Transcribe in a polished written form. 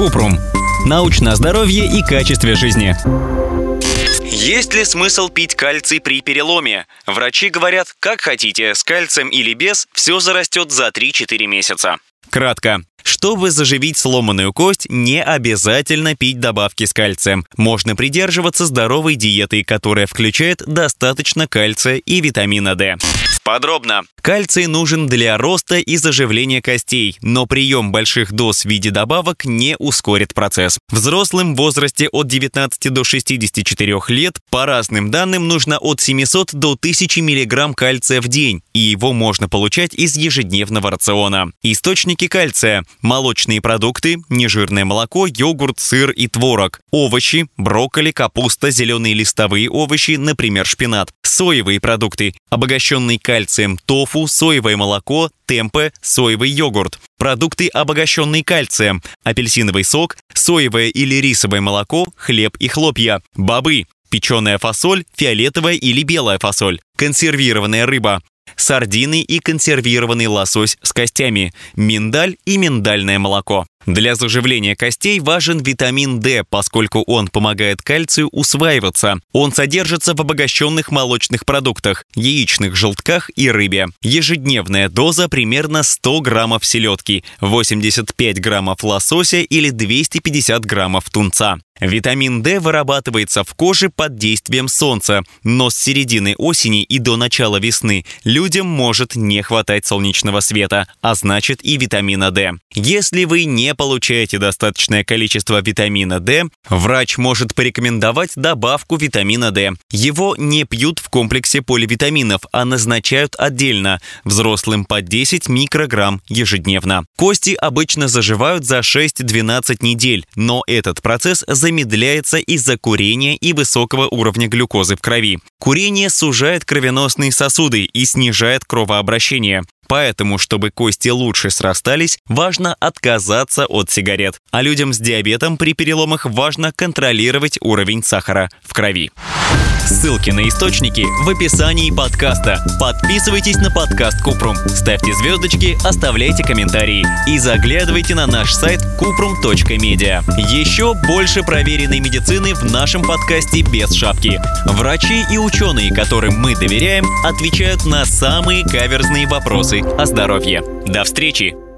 Купрум. Научное здоровье и качестве жизни. Есть ли смысл пить кальций при переломе? Врачи говорят, как хотите, с кальцием или без, все зарастет за 3-4 месяца. Кратко. Чтобы заживить сломанную кость, не обязательно пить добавки с кальцием. Можно придерживаться здоровой диеты, которая включает достаточно кальция и витамина D. Подробно. Кальций нужен для роста и заживления костей, но прием больших доз в виде добавок не ускорит процесс. Взрослым в возрасте от 19 до 64 лет, по разным данным, нужно от 700 до 1000 мг кальция в день, и его можно получать из ежедневного рациона. Источники кальция – молочные продукты, нежирное молоко, йогурт, сыр и творог, овощи, брокколи, капуста, зеленые листовые овощи, например, шпинат, соевые продукты, обогащенный кальцием тофу, соевое молоко, темпе, соевый йогурт, продукты, обогащенные кальцием, апельсиновый сок, соевое или рисовое молоко, хлеб и хлопья, бобы, печеная фасоль, фиолетовая или белая фасоль, консервированная рыба, сардины и консервированный лосось с костями, миндаль и миндальное молоко. Для заживления костей важен витамин D, поскольку он помогает кальцию усваиваться. Он содержится в обогащенных молочных продуктах, яичных желтках и рыбе. Ежедневная доза примерно 100 граммов селедки, 85 граммов лосося или 250 граммов тунца. Витамин D вырабатывается в коже под действием солнца, но с середины осени и до начала весны людям может не хватать солнечного света, а значит и витамина D. Если вы не получаете достаточное количество витамина D, врач может порекомендовать добавку витамина D. Его не пьют в комплексе поливитаминов, а назначают отдельно, взрослым по 10 микрограмм ежедневно. Кости обычно заживают за 6-12 недель, но этот процесс замедляется из-за курения и высокого уровня глюкозы в крови. Курение сужает кровеносные сосуды и снижает кровообращение. Поэтому, чтобы кости лучше срастались, важно отказаться от сигарет. А людям с диабетом при переломах важно контролировать уровень сахара в крови. Ссылки на источники в описании подкаста. Подписывайтесь на подкаст Купрум, ставьте звездочки, оставляйте комментарии и заглядывайте на наш сайт kuprum.media. Еще больше проверенной медицины в нашем подкасте без шапки. Врачи и ученые, которым мы доверяем, отвечают на самые каверзные вопросы о здоровье. До встречи!